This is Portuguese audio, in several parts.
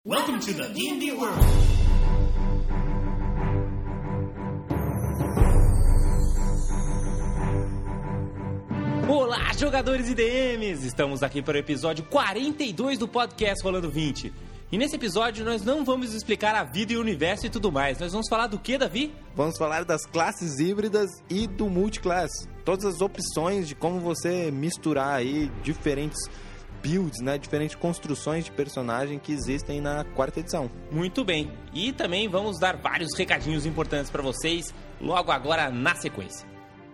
Welcome to the D&D world. Olá, jogadores e DMs! Estamos aqui para o episódio 42 do podcast Rolando 20. E nesse episódio nós não vamos explicar a vida e o universo e tudo mais. Nós vamos falar do que, Davi? Vamos falar das classes híbridas e do multiclass. Todas as opções de como você misturar aí diferentes builds, né? Diferentes construções de personagem que existem na quarta edição. Muito bem. E também vamos dar vários recadinhos importantes para vocês logo agora na sequência.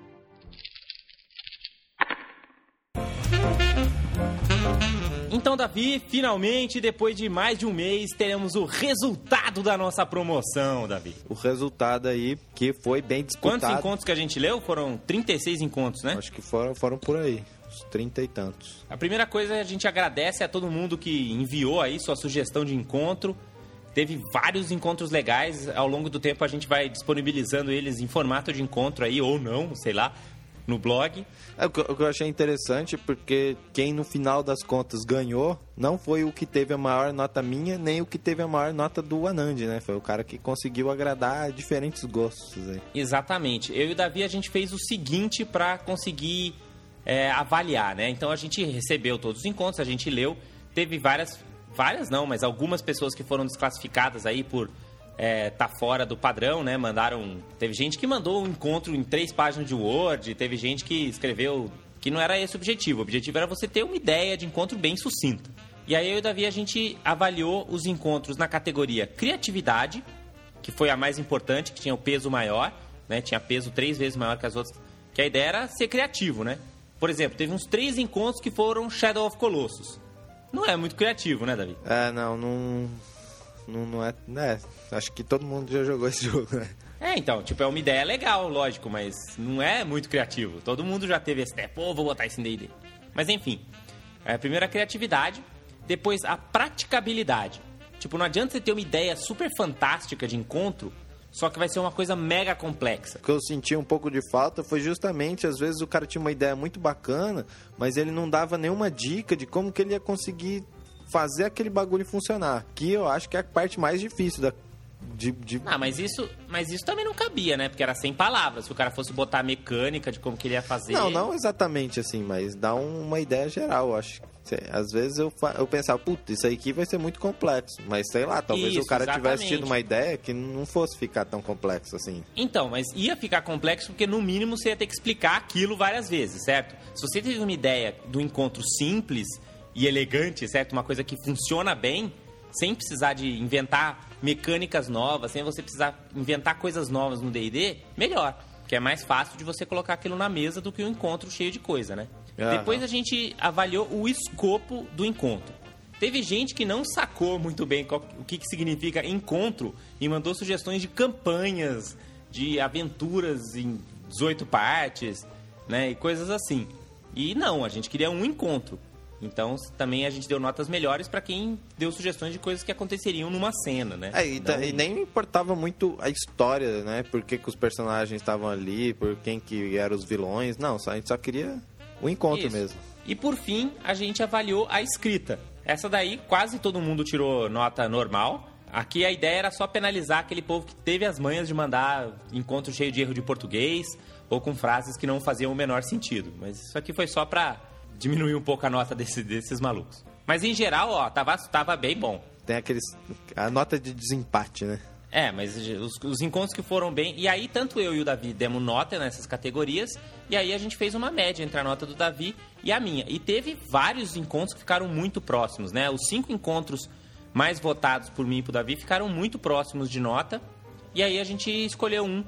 Então, Davi, finalmente, depois de mais de um mês, teremos o resultado da nossa promoção, Davi. O resultado aí que foi bem disputado. Quantos encontros que a gente leu? Foram 36 encontros, né? Acho que foram por aí, uns 30 e tantos. A primeira coisa, a gente agradece a todo mundo que enviou aí sua sugestão de encontro. Teve vários encontros legais. Ao longo do tempo, a gente vai disponibilizando eles em formato de encontro aí, ou não, sei lá, no blog. O que eu achei interessante, porque quem no final das contas ganhou não foi o que teve a maior nota minha, nem o que teve a maior nota do Anand, né? Foi o cara que conseguiu agradar diferentes gostos aí. Exatamente. Eu e o Davi, a gente fez o seguinte para conseguir avaliar, né? Então a gente recebeu todos os encontros, a gente leu, teve várias não, mas algumas pessoas que foram desclassificadas aí por tá fora do padrão, né? Teve gente que mandou um encontro em 3 páginas de Word, teve gente que escreveu que não era esse o objetivo. O objetivo era você ter uma ideia de encontro bem sucinta. E aí eu e o Davi, a gente avaliou os encontros na categoria criatividade, que foi a mais importante, que tinha o peso maior, né? Tinha peso 3 vezes maior que as outras, que a ideia era ser criativo, né? Por exemplo, teve uns 3 encontros que foram Shadow of Colossus. Não é muito criativo, né, Davi? Não é, né? Acho que todo mundo já jogou esse jogo, né? Então, é uma ideia legal, lógico, mas não é muito criativo. Todo mundo já teve esse vou botar isso em D&D. Mas enfim, primeiro a criatividade, depois a praticabilidade. Não adianta você ter uma ideia super fantástica de encontro, só que vai ser uma coisa mega complexa. O que eu senti um pouco de falta foi justamente, às vezes o cara tinha uma ideia muito bacana, mas ele não dava nenhuma dica de como que ele ia conseguir fazer aquele bagulho funcionar, que eu acho que é a parte mais difícil mas isso também não cabia, né? Porque era 100 palavras. Se o cara fosse botar a mecânica de como que ele ia fazer... Não exatamente assim, mas dá uma ideia geral, eu acho. Às vezes eu pensava, isso aqui vai ser muito complexo, mas sei lá, talvez o cara tivesse tido uma ideia que não fosse ficar tão complexo assim. Então, mas ia ficar complexo porque no mínimo você ia ter que explicar aquilo várias vezes, certo? Se você teve uma ideia do encontro simples e elegante, certo? Uma coisa que funciona bem, sem precisar de inventar mecânicas novas, sem você precisar inventar coisas novas no D&D, melhor. Porque é mais fácil de você colocar aquilo na mesa do que um encontro cheio de coisa, né? Depois a gente avaliou o escopo do encontro. Teve gente que não sacou muito bem o que significa encontro e mandou sugestões de campanhas, de aventuras em 18 partes, né? E coisas assim. E não, a gente queria um encontro. Então, também a gente deu notas melhores para quem deu sugestões de coisas que aconteceriam numa cena, né? E nem importava muito a história, né? Por que os personagens estavam ali, por quem que eram os vilões. Não, a gente só queria o encontro mesmo. E por fim, a gente avaliou a escrita. Essa daí, quase todo mundo tirou nota normal. Aqui a ideia era só penalizar aquele povo que teve as manhas de mandar encontro cheio de erro de português ou com frases que não faziam o menor sentido. Mas isso aqui foi só para diminuir um pouco a nota desses malucos. Mas em geral, tava bem bom. Tem a nota de desempate, né? Mas os encontros que foram bem... E aí, tanto eu e o Davi demos nota nessas categorias, e aí a gente fez uma média entre a nota do Davi e a minha. E teve vários encontros que ficaram muito próximos, né? Os 5 encontros mais votados por mim e pro Davi ficaram muito próximos de nota. E aí a gente escolheu um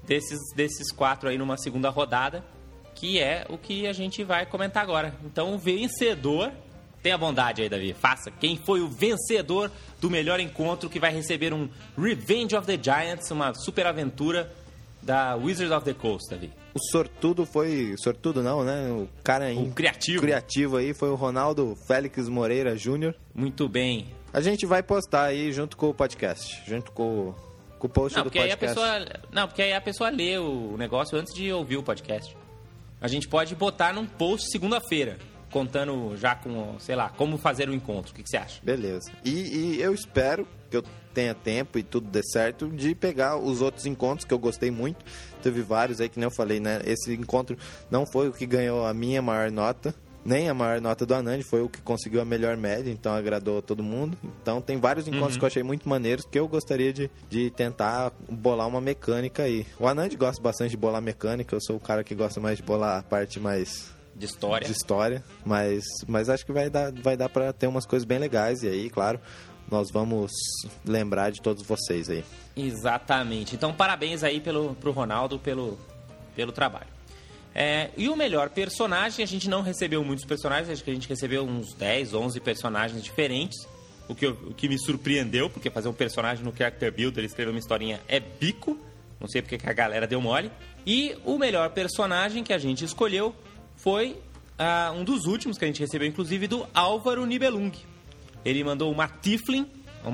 desses 4 aí numa segunda rodada, que é o que a gente vai comentar agora. Então, o vencedor... Tenha bondade aí, Davi. Faça. Quem foi o vencedor do melhor encontro que vai receber um Revenge of the Giants, uma super aventura da Wizards of the Coast, Davi? O sortudo foi... Sortudo não, né? O cara criativo aí foi o Ronaldo Félix Moreira Jr. Muito bem. A gente vai postar aí junto com o podcast. Junto com o post do podcast. Porque aí a pessoa lê o negócio antes de ouvir o podcast. A gente pode botar num post segunda-feira. contando já com, sei lá, como fazer o encontro. O que você acha? Beleza. E eu espero que eu tenha tempo e tudo dê certo de pegar os outros encontros que eu gostei muito. Teve vários aí, que nem eu falei, né? Esse encontro não foi o que ganhou a minha maior nota, nem a maior nota do Anand, foi o que conseguiu a melhor média, então agradou todo mundo. Então tem vários encontros que eu achei muito maneiros, que eu gostaria de tentar bolar uma mecânica aí. O Anand gosta bastante de bolar mecânica, eu sou o cara que gosta mais de bolar a parte mais de história, mas acho que vai dar pra ter umas coisas bem legais, e aí, claro, nós vamos lembrar de todos vocês aí. Exatamente. Então, parabéns aí pro Ronaldo pelo trabalho. E o melhor personagem, a gente não recebeu muitos personagens, acho que a gente recebeu uns 10, 11 personagens diferentes, o que me surpreendeu, porque fazer um personagem no Character Builder, escrever uma historinha é bico, não sei porque que a galera deu mole. E o melhor personagem que a gente escolheu foi um dos últimos que a gente recebeu, inclusive, do Álvaro Nibelung. Ele mandou uma Tiflin,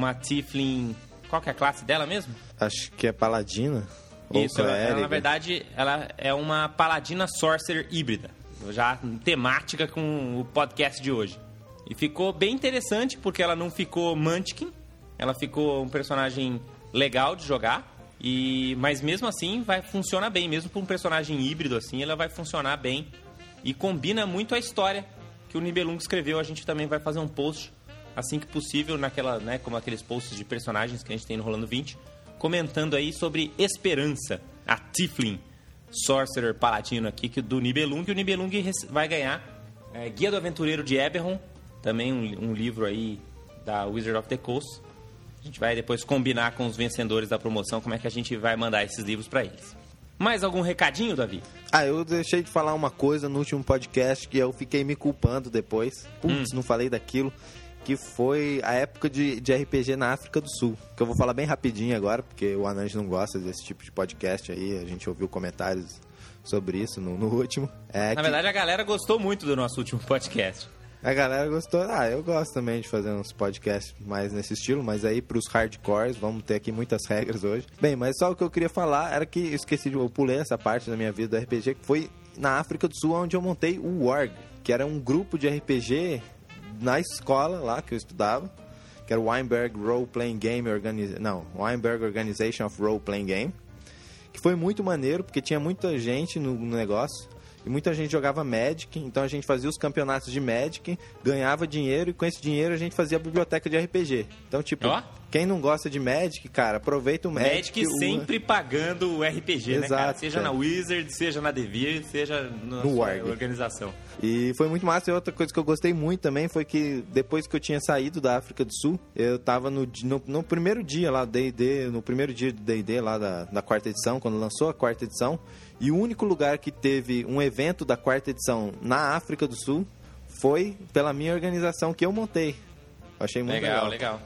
qual que é a classe dela mesmo? Acho que é Paladina. Isso, ela, na verdade, ela é uma Paladina Sorcerer híbrida, já temática com o podcast de hoje. E ficou bem interessante, porque ela não ficou Munchkin, ela ficou um personagem legal de jogar, mas mesmo assim funciona bem, mesmo para um personagem híbrido assim, ela vai funcionar bem e combina muito a história que o Nibelung escreveu. A gente também vai fazer um post assim que possível, naquela, né, como aqueles posts de personagens que a gente tem no Rolando 20, comentando aí sobre Esperança, a Tiflin Sorcerer Paladino aqui do Nibelung. E o Nibelung vai ganhar Guia do Aventureiro de Eberron, também um livro aí da Wizard of the Coast. A gente vai depois combinar com os vencedores da promoção como é que a gente vai mandar esses livros para eles. Mais algum recadinho, Davi? Eu deixei de falar uma coisa no último podcast que eu fiquei me culpando depois. Não falei daquilo. Que foi a época de RPG na África do Sul. Que eu vou falar bem rapidinho agora, porque o Anand não gosta desse tipo de podcast aí. A gente ouviu comentários sobre isso no último. Na verdade, a galera gostou muito do nosso último podcast. A galera gostou. Eu gosto também de fazer uns podcasts mais nesse estilo, mas aí pros hardcores, vamos ter aqui muitas regras hoje. Bem, mas só o que eu queria falar era que eu pulei essa parte da minha vida do RPG, que foi na África do Sul, onde eu montei o Warg, que era um grupo de RPG na escola lá que eu estudava, que era o Weinberg Role Playing Game Weinberg Organization of Role Playing Game, que foi muito maneiro, porque tinha muita gente no negócio, e muita gente jogava Magic, então a gente fazia os campeonatos de Magic, ganhava dinheiro, e com esse dinheiro a gente fazia a biblioteca de RPG. Então, quem não gosta de Magic, cara, aproveita o Magic. Sempre pagando o RPG, exato, né, cara? Seja na Wizard, seja na Devir, seja na sua organização. E foi muito massa. E outra coisa que eu gostei muito também foi que depois que eu tinha saído da África do Sul, eu tava no primeiro dia lá do D&D, no primeiro dia do D&D lá da quarta edição, quando lançou a quarta edição. E o único lugar que teve um evento da quarta edição na África do Sul foi pela minha organização que eu montei. Eu achei muito legal.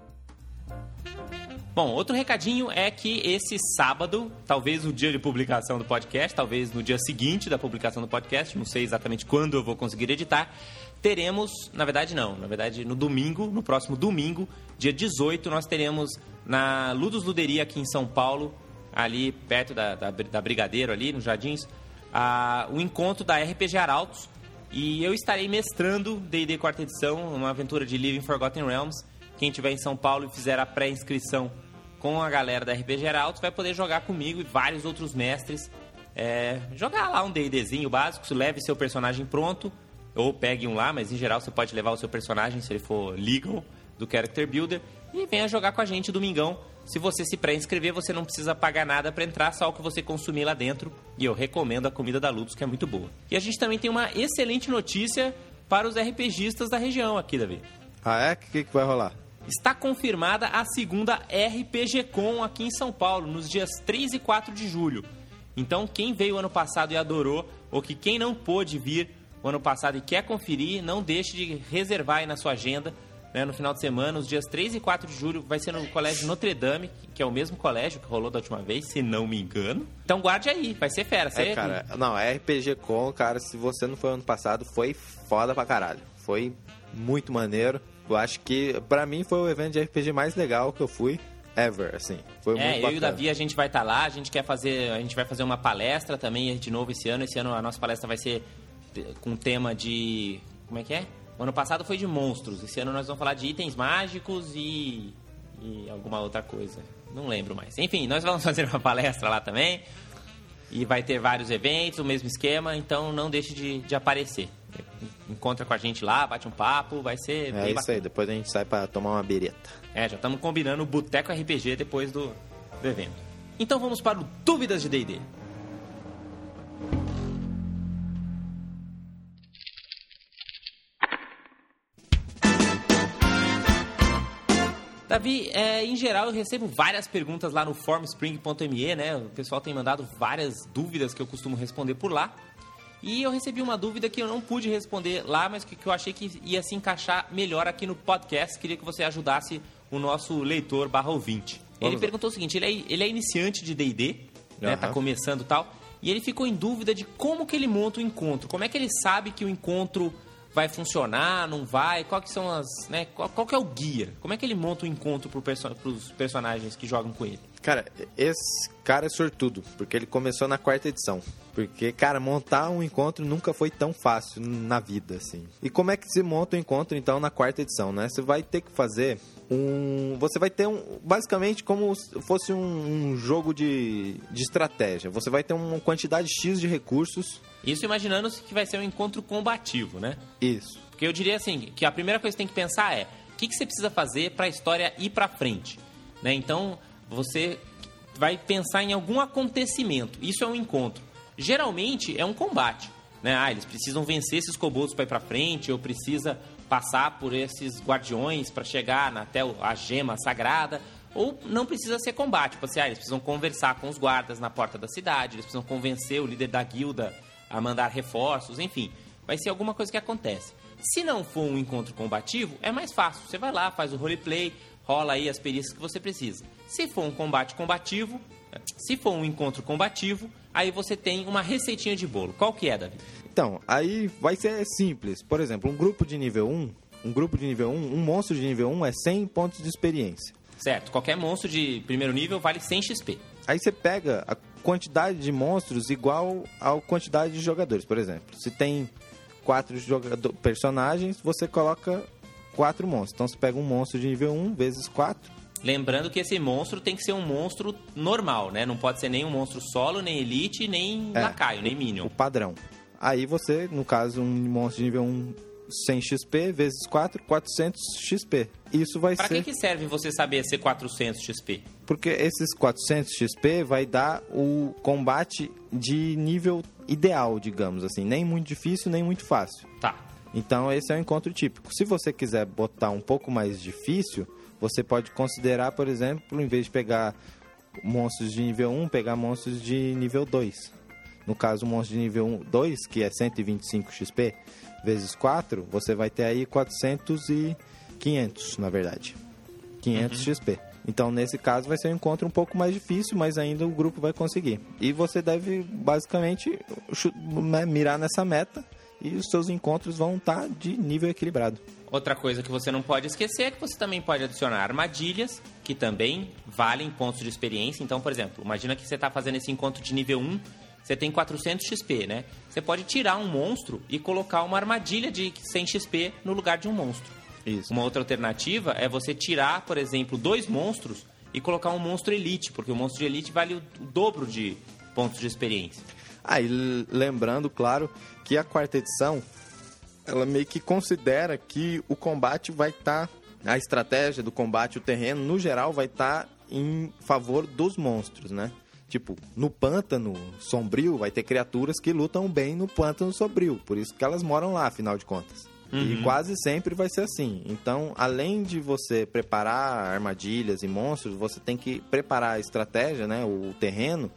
Bom, outro recadinho é que esse sábado, talvez no dia de publicação do podcast, talvez no dia seguinte da publicação do podcast, não sei exatamente quando eu vou conseguir editar, teremos, na verdade no próximo domingo, dia 18, nós teremos na Ludus Luderia aqui em São Paulo, ali perto da Brigadeiro, ali nos Jardins, o encontro da RPG Arautos, e eu estarei mestrando D&D quarta edição, uma aventura de Living Forgotten Realms. Quem estiver em São Paulo e fizer a pré-inscrição com a galera da RPG Arautos vai poder jogar comigo e vários outros mestres, jogar lá um D&Dzinho básico, leve seu personagem pronto, ou pegue um lá, mas em geral você pode levar o seu personagem, se ele for legal, do Character Builder, e venha jogar com a gente domingão. Se você se pré-inscrever, você não precisa pagar nada para entrar, só o que você consumir lá dentro. E eu recomendo a comida da Ludus, que é muito boa. E a gente também tem uma excelente notícia para os RPGistas da região aqui, Davi. O que vai rolar? Está confirmada a segunda RPG Con aqui em São Paulo, nos dias 3 e 4 de julho. Então, quem veio ano passado e adorou, ou que quem não pôde vir o ano passado e quer conferir, não deixe de reservar aí na sua agenda, né, no final de semana, os dias 3 e 4 de julho, vai ser no Colégio Notre Dame, que é o mesmo colégio que rolou da última vez, se não me engano. Então guarde aí, vai ser fera. Cara, RPG Con, cara, se você não foi ano passado, foi foda pra caralho. Foi muito maneiro. Eu acho que, pra mim, foi o evento de RPG mais legal que eu fui ever, assim. Foi muito bacana. Eu e o Davi, a gente vai estar lá, a gente vai fazer uma palestra também de novo esse ano. Esse ano a nossa palestra vai ser com tema de Como é que é? O ano passado foi de monstros. Esse ano nós vamos falar de itens mágicos e alguma outra coisa. Não lembro mais. Enfim, nós vamos fazer uma palestra lá também. E vai ter vários eventos, o mesmo esquema. Então não deixe de aparecer. Encontra com a gente lá, bate um papo. Vai ser bem isso bacana. aí, depois a gente sai pra tomar uma bireta. Já estamos combinando o Boteco RPG depois do evento. Então vamos para o Dúvidas de D&D. Davi, em geral eu recebo várias perguntas lá no formspring.me, né? O pessoal tem mandado várias dúvidas que eu costumo responder por lá. E eu recebi uma dúvida que eu não pude responder lá, mas que eu achei que ia se encaixar melhor aqui no podcast. Queria que você ajudasse o nosso leitor /ouvinte. Ele perguntou o seguinte, ele é iniciante de D&D, né? Tá começando e tal, e ele ficou em dúvida de como que ele monta o encontro. Como é que ele sabe que o encontro vai funcionar, não vai? Qual que são as, né? Qual que é o guia? Como é que ele monta o encontro pros personagens que jogam com ele? Cara, esse cara é sortudo, porque ele começou na 4ª edição. Porque, cara, montar um encontro nunca foi tão fácil na vida, assim. E como é que se monta um encontro, então, na 4ª edição, né? Você vai ter que fazer você vai ter basicamente como se fosse um jogo de estratégia. Você vai ter uma quantidade X de recursos. Isso imaginando que vai ser um encontro combativo, né? Isso. Porque eu diria assim, que a primeira coisa que você tem que pensar é o que você precisa fazer para a história ir para frente, né? Então, você vai pensar em algum acontecimento. Isso é um encontro. Geralmente, é um combate, né? Eles precisam vencer esses kobolds para ir para frente, ou precisa passar por esses guardiões para chegar até a gema sagrada, ou não precisa ser combate. Pode ser, eles precisam conversar com os guardas na porta da cidade, eles precisam convencer o líder da guilda a mandar reforços, enfim. Vai ser alguma coisa que acontece. Se não for um encontro combativo, é mais fácil. Você vai lá, faz o roleplay, rola aí as perícias que você precisa. Se for um combate combativo, se for um encontro combativo, aí você tem uma receitinha de bolo. Qual que é, Davi? Então, aí vai ser simples. Por exemplo, um grupo de nível 1, um monstro de nível 1 é 100 pontos de experiência. Certo. Qualquer monstro de primeiro nível vale 100 XP. Aí você pega a quantidade de monstros igual à quantidade de jogadores. Por exemplo, se tem 4 personagens, você coloca 4 monstros. Então, você pega um monstro de nível 1 vezes 4. Lembrando que esse monstro tem que ser um monstro normal, né? Não pode ser nem um monstro solo, nem elite, nem lacaio, nem minion. O padrão. Aí você, no caso, um monstro de nível 1, 100 XP vezes 4, 400 XP. Isso vai ser... Pra que serve você saber ser 400 XP? Porque esses 400 XP vai dar o combate de nível ideal, digamos assim. Nem muito difícil, nem muito fácil. Tá. Então, esse é o encontro típico. Se você quiser botar um pouco mais difícil, você pode considerar, por exemplo, em vez de pegar monstros de nível 1, pegar monstros de nível 2. No caso, o monstro de nível 2, que é 125 XP, vezes 4, você vai ter aí 400 e 500, na verdade. 500 XP. Então, nesse caso, vai ser um encontro um pouco mais difícil, mas ainda o grupo vai conseguir. E você deve, basicamente, mirar nessa meta e os seus encontros vão estar de nível equilibrado. Outra coisa que você não pode esquecer é que você também pode adicionar armadilhas, que também valem pontos de experiência. Então, por exemplo, imagina que você está fazendo esse encontro de nível 1, você tem 400 XP, né? Você pode tirar um monstro e colocar uma armadilha de 100 XP no lugar de um monstro. Isso. Uma outra alternativa é você tirar, por exemplo, 2 monstros e colocar um monstro elite, porque o monstro de elite vale o dobro de pontos de experiência. E lembrando, claro, que a 4ª edição, ela meio que considera que o combate vai estar... A estratégia do combate, o terreno, no geral, vai estar em favor dos monstros, né? Tipo, no pântano sombrio vai ter criaturas que lutam bem no pântano sombrio. Por isso que elas moram lá, afinal de contas. E quase sempre vai ser assim. Então, além de você preparar armadilhas e monstros, você tem que preparar a estratégia, né? O terreno,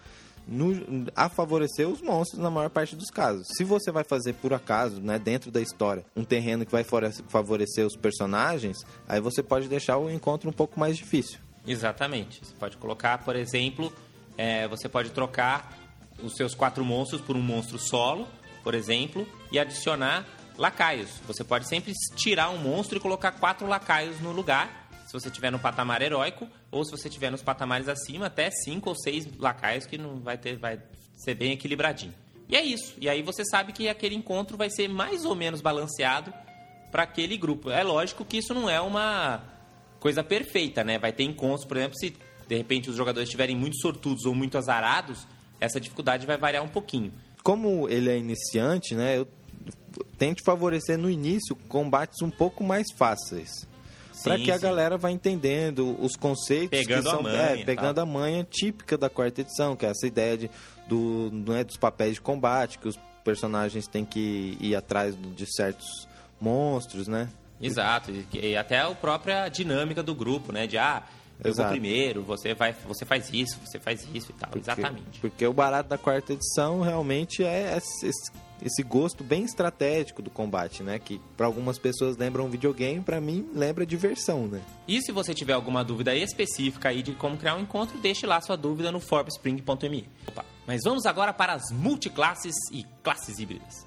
a favorecer os monstros na maior parte dos casos. Se você vai fazer, por acaso, né, dentro da história, um terreno que vai favorecer os personagens, aí você pode deixar o encontro um pouco mais difícil. Exatamente. Você pode colocar, por exemplo... você pode trocar os seus 4 monstros por um monstro solo, por exemplo, e adicionar lacaios. Você pode sempre tirar um monstro e colocar 4 lacaios no lugar, se você estiver no patamar heróico, ou se você estiver nos patamares acima, até 5 ou 6 lacaios, que não vai ser bem equilibradinho. E é isso. E aí você sabe que aquele encontro vai ser mais ou menos balanceado para aquele grupo. É lógico que isso não é uma coisa perfeita, né? Vai ter encontros, por exemplo, se de repente os jogadores estiverem muito sortudos ou muito azarados, essa dificuldade vai variar um pouquinho. Como ele é iniciante, né? Eu tento favorecer no início combates um pouco mais fáceis. Para que a galera vá entendendo os conceitos pegando que são a manha, pegando a manha típica da quarta edição, que é essa ideia dos papéis de combate, que os personagens têm que ir atrás de certos monstros, né? Exato, e até a própria dinâmica do grupo, né? De eu vou primeiro, você faz isso e tal. Exatamente. Porque o barato da quarta edição realmente é esse gosto bem estratégico do combate, né? Que para algumas pessoas lembra um videogame, para mim lembra diversão, né? E se você tiver alguma dúvida específica aí de como criar um encontro, deixe lá sua dúvida no forbespring.me. Mas vamos agora para as multiclasses e classes híbridas.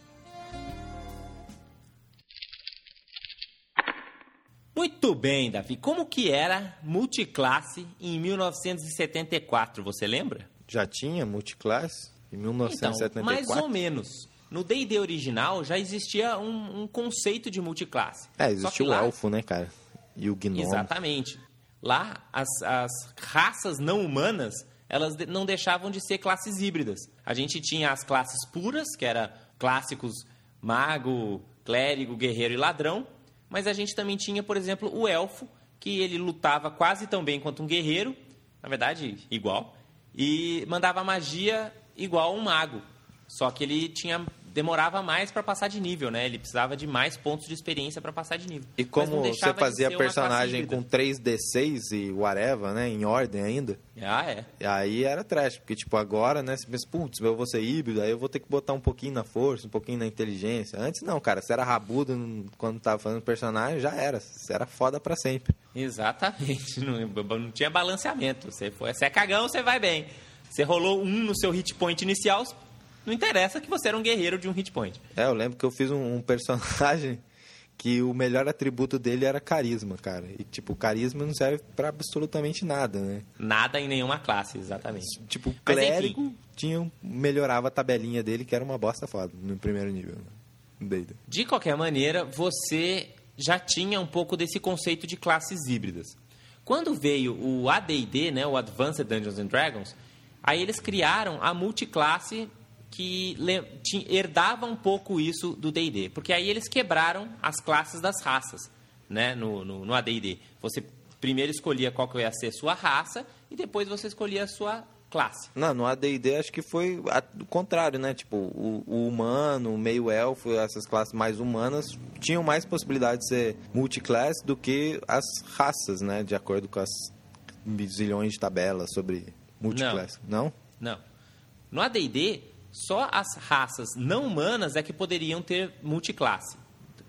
Muito bem, Davi. Como que era multiclasse em 1974, você lembra? Já tinha multiclasse em 1974? Então, mais ou menos. No D&D original já existia um conceito de multiclasse. Existia o elfo, né, cara? E o gnome. Exatamente. Lá, as raças não humanas, elas não deixavam de ser classes híbridas. A gente tinha as classes puras, que eram clássicos mago, clérigo, guerreiro e ladrão. Mas a gente também tinha, por exemplo, o elfo, que ele lutava quase tão bem quanto um guerreiro, na verdade, igual, e mandava magia igual um mago. Só que ele demorava mais para passar de nível, né? Ele precisava de mais pontos de experiência para passar de nível. E como você fazia personagem com 3d6 e whatever, né? Em ordem ainda. E aí era trash, porque tipo, agora, né? Você pensa, putz, eu vou ser híbrido, aí eu vou ter que botar um pouquinho na força, um pouquinho na inteligência. Antes não, cara, você era rabudo quando tava fazendo personagem, já era. Você era foda pra sempre. Exatamente. Não tinha balanceamento. Você é cagão, você vai bem. Você rolou 1 no seu hit point inicial, não interessa que você era um guerreiro de um hit point. Eu lembro que eu fiz um personagem que o melhor atributo dele era carisma, cara. E, tipo, carisma não serve pra absolutamente nada, né? Nada em nenhuma classe, exatamente. Tipo, o clérigo melhorava a tabelinha dele, que era uma bosta foda no primeiro nível. Né? De qualquer maneira, você já tinha um pouco desse conceito de classes híbridas. Quando veio o AD&D, né, o Advanced Dungeons and Dragons, aí eles criaram a multiclasse que herdava um pouco isso do D&D. Porque aí eles quebraram as classes das raças, né, no AD&D. Você primeiro escolhia qual que ia ser a sua raça e depois você escolhia a sua classe. Não, no AD&D acho que foi o contrário, né? Tipo, o humano, o meio-elfo, essas classes mais humanas tinham mais possibilidade de ser multiclass do que as raças, né? De acordo com as zilhões de tabelas sobre multiclass. Não? Não. No AD&D, só as raças não humanas é que poderiam ter multiclasse.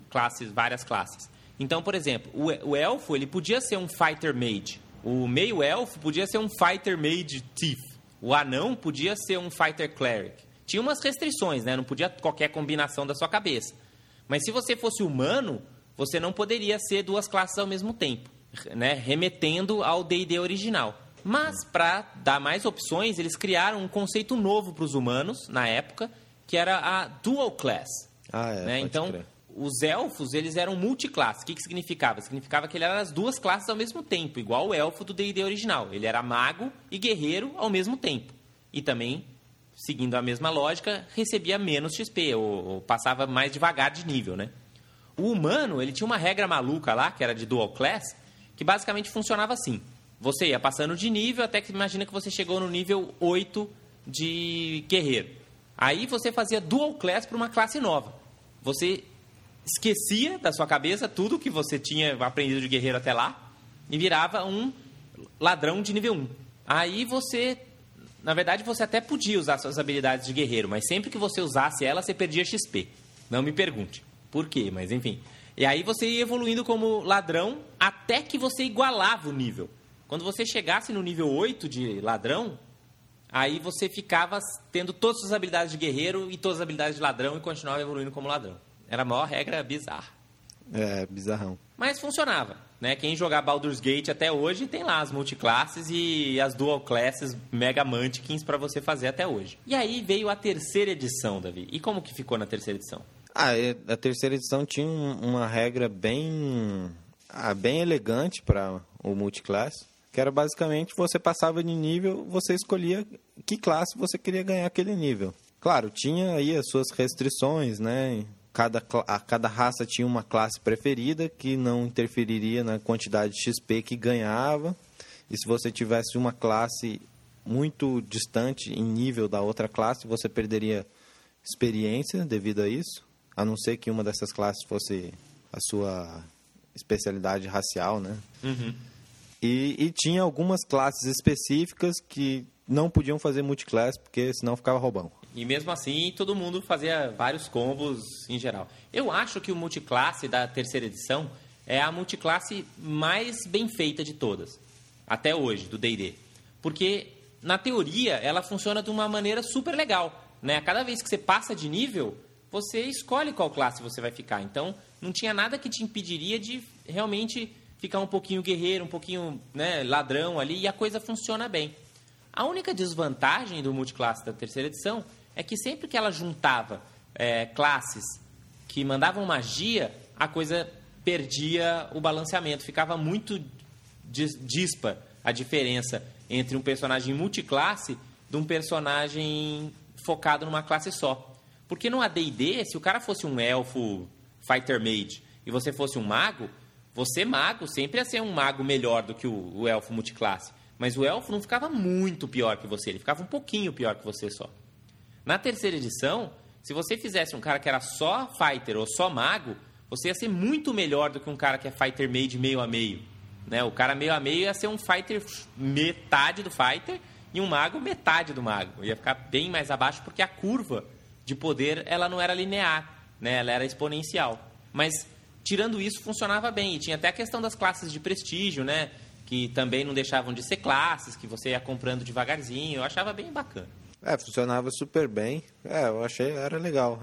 Várias classes. Então, por exemplo, o elfo ele podia ser um fighter mage. O meio-elfo podia ser um fighter mage thief. O anão podia ser um fighter cleric. Tinha umas restrições, né? Não podia qualquer combinação da sua cabeça. Mas se você fosse humano, você não poderia ser duas classes ao mesmo tempo, né? Remetendo ao D&D original. Mas, para dar mais opções, eles criaram um conceito novo para os humanos, na época, que era a dual class. Né? Então, os elfos, eles eram multiclasse. O que significava? Significava que ele era as duas classes ao mesmo tempo, igual o elfo do D&D original. Ele era mago e guerreiro ao mesmo tempo. E também, seguindo a mesma lógica, recebia menos XP, ou passava mais devagar de nível, né? O humano, ele tinha uma regra maluca lá, que era de dual class, que basicamente funcionava assim. Você ia passando de nível até que imagina que você chegou no nível 8 de guerreiro. Aí você fazia dual class para uma classe nova. Você esquecia da sua cabeça tudo que você tinha aprendido de guerreiro até lá e virava um ladrão de nível 1. Aí você, na verdade, você até podia usar suas habilidades de guerreiro, mas sempre que você usasse ela, você perdia XP. Não me pergunte por quê, mas enfim. E aí você ia evoluindo como ladrão até que você igualava o nível. Quando você chegasse no nível 8 de ladrão, aí você ficava tendo todas as habilidades de guerreiro e todas as habilidades de ladrão e continuava evoluindo como ladrão. Era a maior regra bizarra. Bizarrão. Mas funcionava. né? Quem jogar Baldur's Gate até hoje tem lá as multiclasses e as dual classes Mega Mantikins para você fazer até hoje. E aí veio a terceira edição, Davi. E como que ficou na terceira edição? A terceira edição tinha uma regra bem elegante para o multiclass, que era basicamente você passava de nível, você escolhia que classe você queria ganhar aquele nível. Claro, tinha aí as suas restrições, né? Cada raça tinha uma classe preferida que não interferiria na quantidade de XP que ganhava. E se você tivesse uma classe muito distante em nível da outra classe, você perderia experiência devido a isso, a não ser que uma dessas classes fosse a sua especialidade racial, né? Uhum. E tinha algumas classes específicas que não podiam fazer multiclass, porque senão ficava roubão. E mesmo assim, todo mundo fazia vários combos em geral. Eu acho que o multiclasse da terceira edição é a multiclasse mais bem feita de todas, até hoje, do D&D. Porque, na teoria, ela funciona de uma maneira super legal, né? Cada vez que você passa de nível, você escolhe qual classe você vai ficar. Então, não tinha nada que te impediria de realmente ficar um pouquinho guerreiro, um pouquinho, né, ladrão ali, e a coisa funciona bem. A única desvantagem do multiclasse da terceira edição é que sempre que ela juntava classes que mandavam magia, a coisa perdia o balanceamento. Ficava muito dispar a diferença entre um personagem multiclasse de um personagem focado numa classe só. Porque no AD&D, se o cara fosse um elfo fighter mage e você fosse um mago, você mago sempre ia ser um mago melhor do que o elfo multiclasse. Mas o elfo não ficava muito pior que você, ele ficava um pouquinho pior que você só. Na terceira edição, se você fizesse um cara que era só fighter ou só mago, você ia ser muito melhor do que um cara que é fighter mage meio a meio, né? O cara meio a meio ia ser um fighter metade do fighter e um mago metade do mago. Ia ficar bem mais abaixo porque a curva de poder ela não era linear, né? Ela era exponencial. Mas, tirando isso, funcionava bem. E tinha até a questão das classes de prestígio, né? Que também não deixavam de ser classes, que você ia comprando devagarzinho. Eu achava bem bacana. Funcionava super bem. Eu achei, era legal.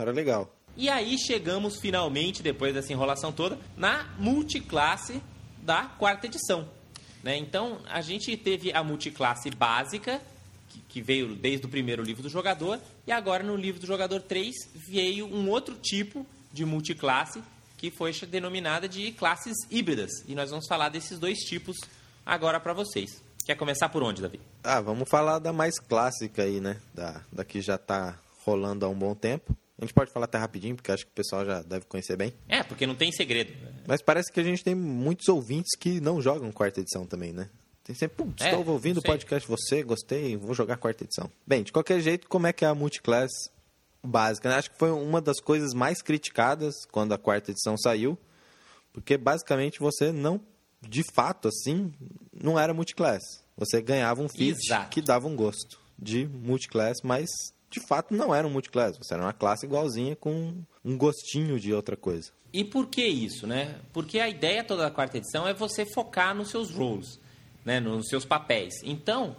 E aí chegamos finalmente, depois dessa enrolação toda, na multiclasse da quarta edição, né? Então, a gente teve a multiclasse básica, que veio desde o primeiro livro do jogador, e agora no livro do jogador 3 veio um outro tipo de multiclasse, que foi denominada de classes híbridas. E nós vamos falar desses dois tipos agora para vocês. Quer começar por onde, Davi? Vamos falar da mais clássica aí, né? Da que já está rolando há um bom tempo. A gente pode falar até rapidinho, porque acho que o pessoal já deve conhecer bem. Porque não tem segredo. Mas parece que a gente tem muitos ouvintes que não jogam quarta edição também, né? Tem sempre, estou ouvindo o podcast, gostei, vou jogar quarta edição. Bem, de qualquer jeito, como é que é a multiclass básica, né? Acho que foi uma das coisas mais criticadas quando a quarta edição saiu, porque basicamente você não, de fato, assim, não era multiclass. Você ganhava um feat que dava um gosto de multiclass, mas de fato não era um multiclass. Você era uma classe igualzinha com um gostinho de outra coisa. E por que isso, né? Porque a ideia toda da quarta edição é você focar nos seus roles, né? Nos seus papéis. Então,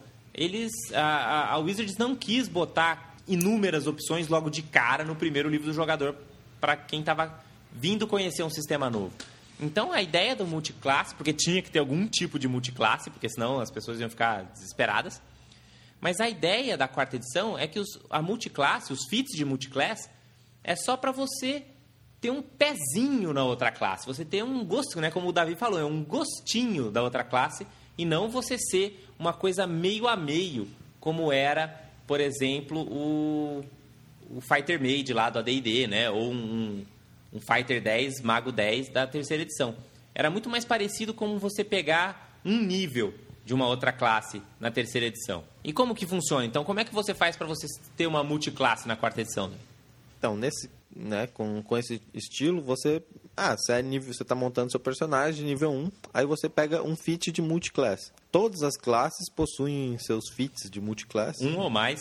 a Wizards não quis botar inúmeras opções logo de cara no primeiro livro do jogador para quem estava vindo conhecer um sistema novo. Então, a ideia do multiclasse, porque tinha que ter algum tipo de multiclasse, porque senão as pessoas iam ficar desesperadas. Mas a ideia da quarta edição é que a multiclasse, os feats de multiclass, é só para você ter um pezinho na outra classe. Você ter um gosto, né? Como o Davi falou, é um gostinho da outra classe e não você ser uma coisa meio a meio, como era, por exemplo, o Fighter Mage lá do AD&D, né? Ou um Fighter 10, Mago 10 da terceira edição. Era muito mais parecido com você pegar um nível de uma outra classe na terceira edição. E como que funciona? Então, como é que você faz para você ter uma multiclasse na quarta edição? Então, com esse estilo, você está montando seu personagem nível 1, aí você pega um feat de multiclass. Todas as classes possuem seus feats de multiclass. Um ou mais,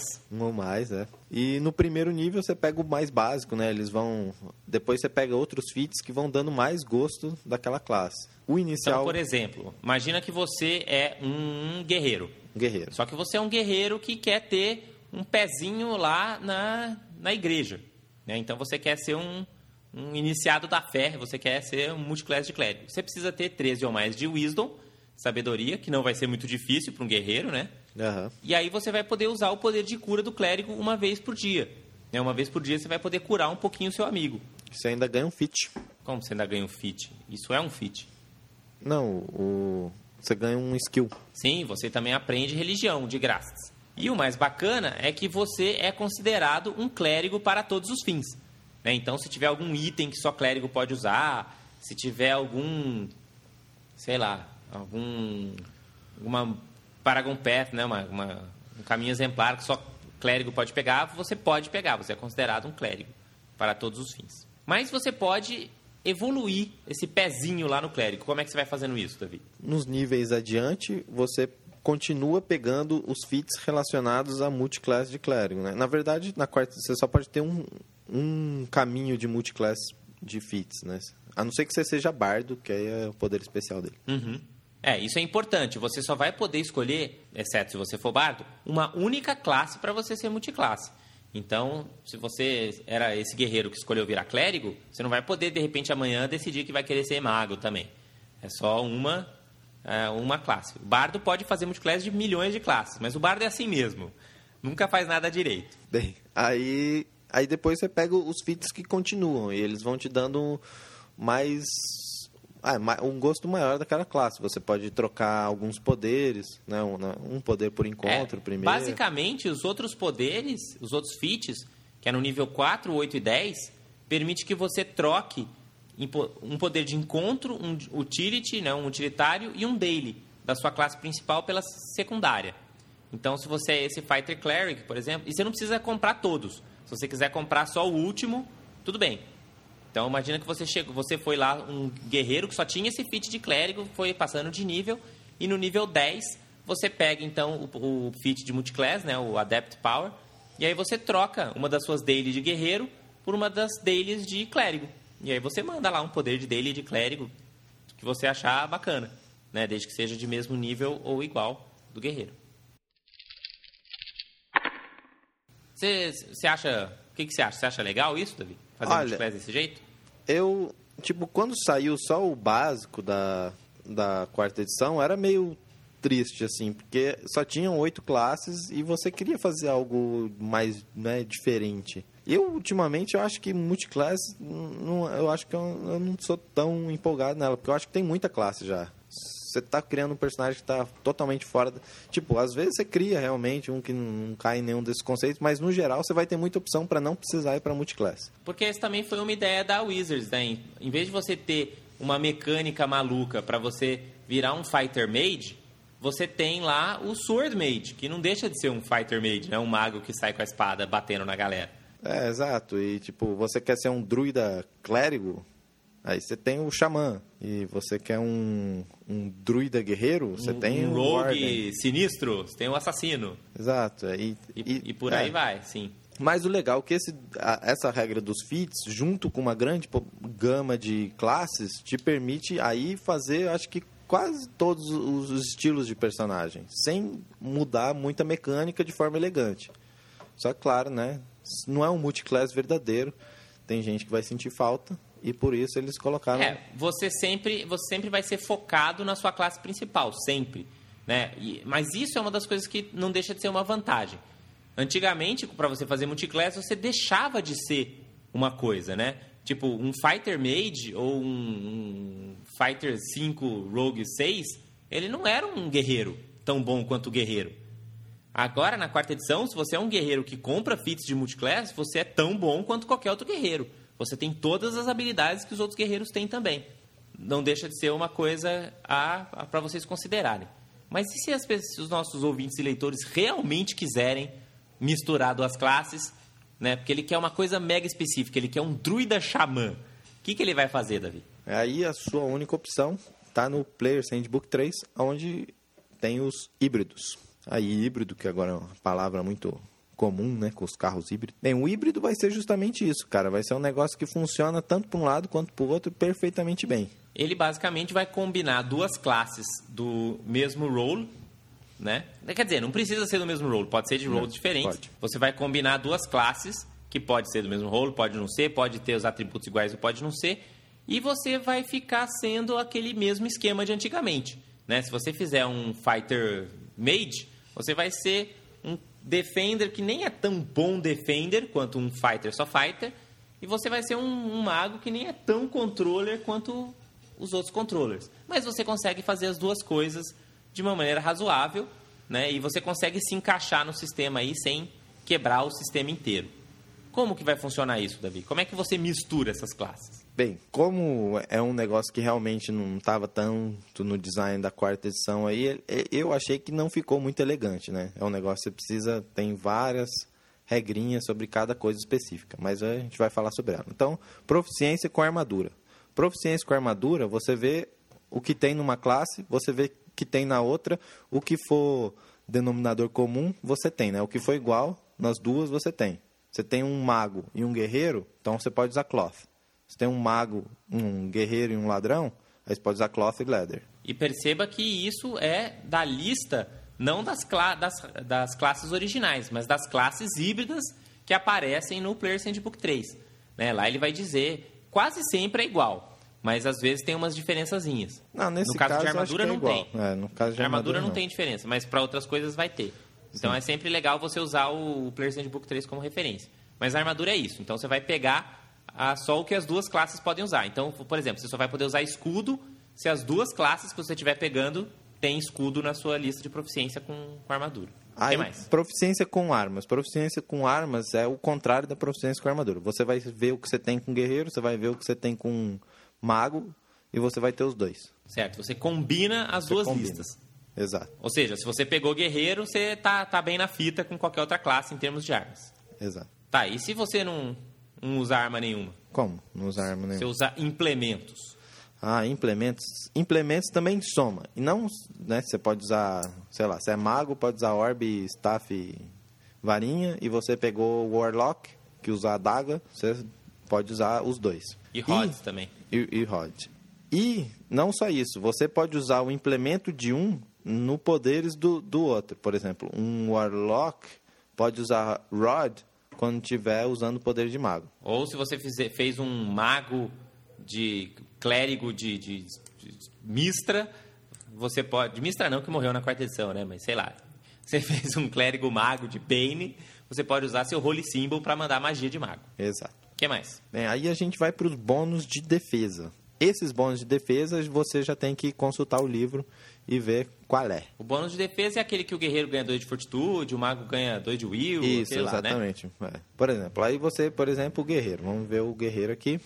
E no primeiro nível você pega o mais básico, né? Depois você pega outros feats que vão dando mais gosto daquela classe. O inicial... Então, por exemplo, imagina que você é um guerreiro. Só que você é um guerreiro que quer ter um pezinho lá na igreja, né? Então você quer ser um um iniciado da fé, você quer ser um multiclass de clérigo. Você precisa ter 13 ou mais de Wisdom, sabedoria, que não vai ser muito difícil para um guerreiro, né? Uhum. E aí você vai poder usar o poder de cura do clérigo uma vez por dia. Né? Uma vez por dia você vai poder curar um pouquinho o seu amigo. Você ainda ganha um feat. Como você ainda ganha um feat? Isso é um feat. Não, você ganha um skill. Sim, você também aprende religião, de graças. E o mais bacana é que você é considerado um clérigo para todos os fins. Né? Então, se tiver algum item que só clérigo pode usar, se tiver algum, sei lá, alguma Paragon Path, né? Um caminho exemplar que só clérigo pode pegar, você pode pegar. Você é considerado um clérigo para todos os fins. Mas você pode evoluir esse pezinho lá no clérigo. Como é que você vai fazendo isso, Davi? Nos níveis adiante, você continua pegando os feats relacionados a multiclass de clérigo, né? Na verdade, na quarta, você só pode ter um caminho de multiclass de feats, né? A não ser que você seja bardo, que aí é o poder especial dele. Uhum. Isso é importante. Você só vai poder escolher, exceto se você for bardo, uma única classe para você ser multiclasse. Então, se você era esse guerreiro que escolheu virar clérigo, você não vai poder, de repente, amanhã decidir que vai querer ser mago também. É só uma classe. O bardo pode fazer multiclass de milhões de classes, mas o bardo é assim mesmo. Nunca faz nada direito. Bem, aí depois você pega os feats que continuam e eles vão te dando um gosto maior daquela classe. Você pode trocar alguns poderes, né? Um poder por encontro primeiro. Basicamente, os outros poderes, os outros feats, que é no nível 4, 8 e 10, permite que você troque um poder de encontro, um utility, né? Um utilitário e um daily da sua classe principal pela secundária. Então, se você é esse Fighter Cleric, por exemplo, e você não precisa comprar todos. Se você quiser comprar só o último, tudo bem. Então, imagina que você foi lá um guerreiro que só tinha esse feat de clérigo, foi passando de nível, e no nível 10 você pega, então, o feat de multiclass, né, o Adept Power, e aí você troca uma das suas daily de guerreiro por uma das dailies de clérigo. E aí você manda lá um poder de daily de clérigo que você achar bacana, né, desde que seja de mesmo nível ou igual do guerreiro. Você acha... O que você acha? Você acha legal isso, Davi? Fazer multiclass desse jeito? Eu, quando saiu só o básico da quarta edição, era meio triste, assim, porque só tinham 8 classes e você queria fazer algo mais, né, diferente. Ultimamente, eu acho que multiclass, eu acho que eu não sou tão empolgado nela, porque eu acho que tem muita classe já. Você tá criando um personagem que está totalmente fora... às vezes você cria realmente um que não cai em nenhum desses conceitos, mas no geral você vai ter muita opção para não precisar ir para multiclass. Porque essa também foi uma ideia da Wizards, né? Em vez de você ter uma mecânica maluca para você virar um Fighter Mage, você tem lá o Sword Mage, que não deixa de ser um Fighter Mage, né? Um mago que sai com a espada batendo na galera. Exato. E, você quer ser um druida clérigo... Aí você tem o xamã. E você quer um druida guerreiro, você tem um o rogue Warden. Sinistro, você tem o assassino. Exato. E por aí vai, sim. Mas o legal é que essa regra dos feats, junto com uma grande gama de classes, te permite aí fazer, acho que, quase todos os estilos de personagem, sem mudar muita mecânica de forma elegante. Só que, claro, né? Não é um multiclass verdadeiro. Tem gente que vai sentir falta. E por isso eles colocaram... Você sempre vai ser focado na sua classe principal, sempre. Né? Mas isso é uma das coisas que não deixa de ser uma vantagem. Antigamente, para você fazer multiclass, você deixava de ser uma coisa, né? Tipo, um Fighter Mage ou um Fighter 5 Rogue 6, ele não era um guerreiro tão bom quanto o guerreiro. Agora, na quarta edição, se você é um guerreiro que compra feats de multiclass, você é tão bom quanto qualquer outro guerreiro. Você tem todas as habilidades que os outros guerreiros têm também. Não deixa de ser uma coisa para vocês considerarem. Mas e se os nossos ouvintes e leitores realmente quiserem misturar duas classes, né? Porque ele quer uma coisa mega específica, ele quer um druida xamã. O que ele vai fazer, Davi? Aí a sua única opção está no Player's Handbook 3, onde tem os híbridos. Aí híbrido, que agora é uma palavra muito... comum, né, com os carros híbridos. Bem, o híbrido vai ser justamente isso, cara. Vai ser um negócio que funciona tanto para um lado quanto para o outro perfeitamente bem. Ele basicamente vai combinar duas classes do mesmo role, né? Quer dizer, não precisa ser do mesmo role, pode ser de roles diferentes. Pode. Você vai combinar duas classes que pode ser do mesmo rolo, pode não ser, pode ter os atributos iguais ou pode não ser, e você vai ficar sendo aquele mesmo esquema de antigamente, né? Se você fizer um Fighter Mage, você vai ser um Defender que nem é tão bom Defender quanto um Fighter só Fighter, e você vai ser um mago que nem é tão controller quanto os outros controllers. Mas você consegue fazer as duas coisas de uma maneira razoável, né? E você consegue se encaixar no sistema aí sem quebrar o sistema inteiro. Como que vai funcionar isso, Davi? Como é que você mistura essas classes? Bem, como é um negócio que realmente não estava tanto no design da quarta edição aí, eu achei que não ficou muito elegante, né? É um negócio que você precisa, tem várias regrinhas sobre cada coisa específica, mas a gente vai falar sobre ela. Então, proficiência com armadura. Proficiência com armadura, você vê o que tem numa classe, você vê o que tem na outra, o que for denominador comum, você tem, né? O que for igual, nas duas você tem. Você tem um mago e um guerreiro, então você pode usar cloth. Você tem um mago, um guerreiro e um ladrão, aí você pode usar cloth e leather. E perceba que isso é da lista, não das classes originais, mas das classes híbridas que aparecem no Player's Handbook 3. Né? Lá ele vai dizer, quase sempre é igual, mas às vezes tem umas diferençazinhas. Não, nesse no caso de eu acho que armadura é não igual. tem. No caso de armadura não tem diferença, mas para outras coisas vai ter. Então é sempre legal você usar o Player's Handbook 3 como referência. Mas a armadura é isso. Então você vai pegar só o que as duas classes podem usar. Então, por exemplo, você só vai poder usar escudo se as duas classes que você estiver pegando tem escudo na sua lista de proficiência com armadura. O que mais? Proficiência com armas. Proficiência com armas é o contrário da proficiência com armadura. Você vai ver o que você tem com guerreiro, você vai ver o que você tem com mago e você vai ter os dois. Certo. Você combina as duas listas. Exato. Ou seja, se você pegou guerreiro, você tá bem na fita com qualquer outra classe em termos de armas. Exato. Tá, e se você não usar arma nenhuma? Como? Não usar arma nenhuma? Você usar implementos. Implementos. Implementos também soma. E não, né, você pode usar, sei lá, se é mago, pode usar orbe, staff, varinha, e você pegou warlock, que usa a adaga, você pode usar os dois. E rods também. E rod. E não só isso, você pode usar o implemento de um no poderes do outro. Por exemplo, um warlock pode usar rod quando estiver usando o poder de mago. Ou se você fez um mago de clérigo de Mistra, você pode... Mistra não, que morreu na quarta edição, né? Mas sei lá. Você fez um clérigo mago de Bane, você pode usar seu Holy Symbol para mandar magia de mago. Exato. O que mais? Bem, aí a gente vai para os bônus de defesa. Esses bônus de defesa, você já tem que consultar o livro e ver qual é. O bônus de defesa é aquele que o guerreiro ganha 2 de fortitude, o mago ganha 2 de will. Isso, lá, exatamente. Né? Por exemplo, aí você, por exemplo, o guerreiro. Vamos ver o guerreiro aqui.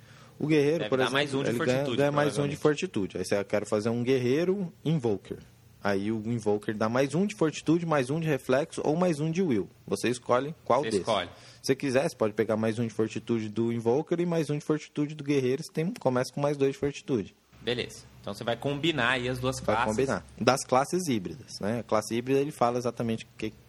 O guerreiro, deve por dar exemplo, mais um de ele fortitude, ganha mais um de fortitude. Aí você quer fazer um guerreiro invoker. Aí o invoker dá mais um de fortitude, mais um de reflexo ou mais um de will. Você escolhe qual desses. Escolhe. Se você quiser, você pode pegar mais um de fortitude do invoker e mais um de fortitude do guerreiro. Você começa com mais 2 de fortitude. Beleza. Então você vai combinar aí as duas classes. Vai combinar. Das classes híbridas, né? A classe híbrida, ele fala exatamente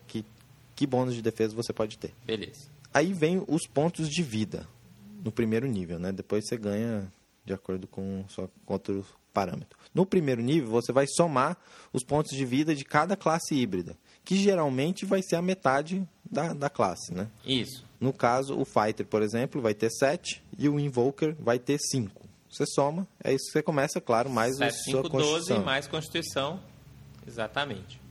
que bônus de defesa você pode ter. Beleza. Aí vem os pontos de vida no primeiro nível, né? Depois você ganha de acordo com outro parâmetro. No primeiro nível, você vai somar os pontos de vida de cada classe híbrida, que geralmente vai ser a metade da classe, né? Isso. No caso, o Fighter, por exemplo, vai ter 7 e o Invoker vai ter 5. Você soma, é isso que você começa, claro, mais 7, a sua 5, Constituição. 12 mais Constituição. Exatamente.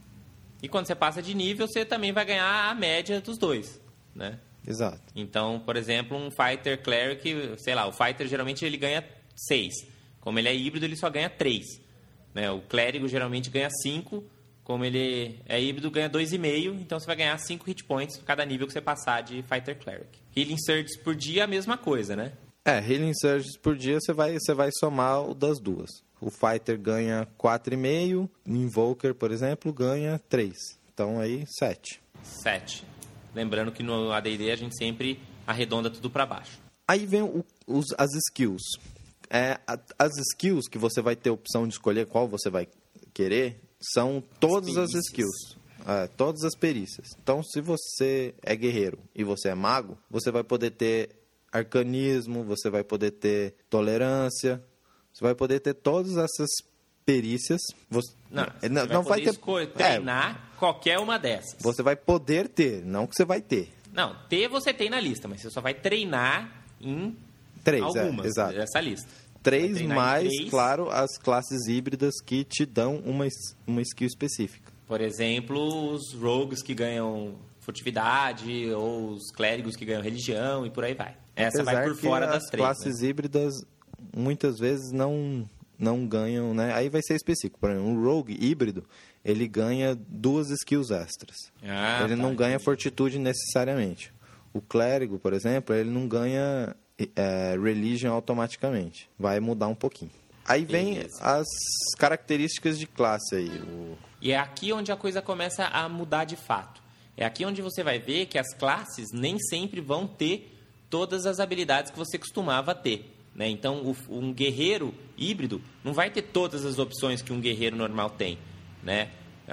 E quando você passa de nível, você também vai ganhar a média dos dois, né? Exato. Então, por exemplo, um Fighter Cleric, sei lá, o Fighter geralmente ele ganha 6. Como ele é híbrido, ele só ganha 3. Né? O Clérigo geralmente ganha 5. Como ele é híbrido, ganha 2,5. Então você vai ganhar 5 hit points por cada nível que você passar de Fighter Cleric. Healing Surges por dia, a mesma coisa, né? Healing Surges por dia você vai somar o das duas. O Fighter ganha 4,5. O Invoker, por exemplo, ganha 3. Então aí, 7. 7. Lembrando que no AD&D a gente sempre arredonda tudo para baixo. Aí vem as skills. As skills que você vai ter a opção de escolher qual você vai querer são todas as skills. Todas as perícias. Então, se você é guerreiro e você é mago, você vai poder ter arcanismo, você vai poder ter tolerância, você vai poder ter todas essas perícias. Você não vai ter treinar qualquer uma dessas. Você vai poder ter, não que você vai ter. Não, ter você tem na lista, mas você só vai treinar em 3, algumas exato. dessa lista. 3 mais, 3. claro, as classes híbridas que te dão uma skill específica. Por exemplo, os rogues que ganham furtividade, ou os clérigos que ganham religião, e por aí vai. Essa Apesar vai por fora das 3. As classes híbridas, muitas vezes, não ganham, né? Aí vai ser específico. Por exemplo, um rogue híbrido, ele ganha 2 skills extras. Ele não ganha fortitude necessariamente. O clérigo, por exemplo, ele não ganha religion automaticamente. Vai mudar um pouquinho. Aí vem as características de classe aí. E é aqui onde a coisa começa a mudar de fato. É aqui onde você vai ver que as classes nem sempre vão ter todas as habilidades que você costumava ter, né? Então, um guerreiro híbrido não vai ter todas as opções que um guerreiro normal tem, né?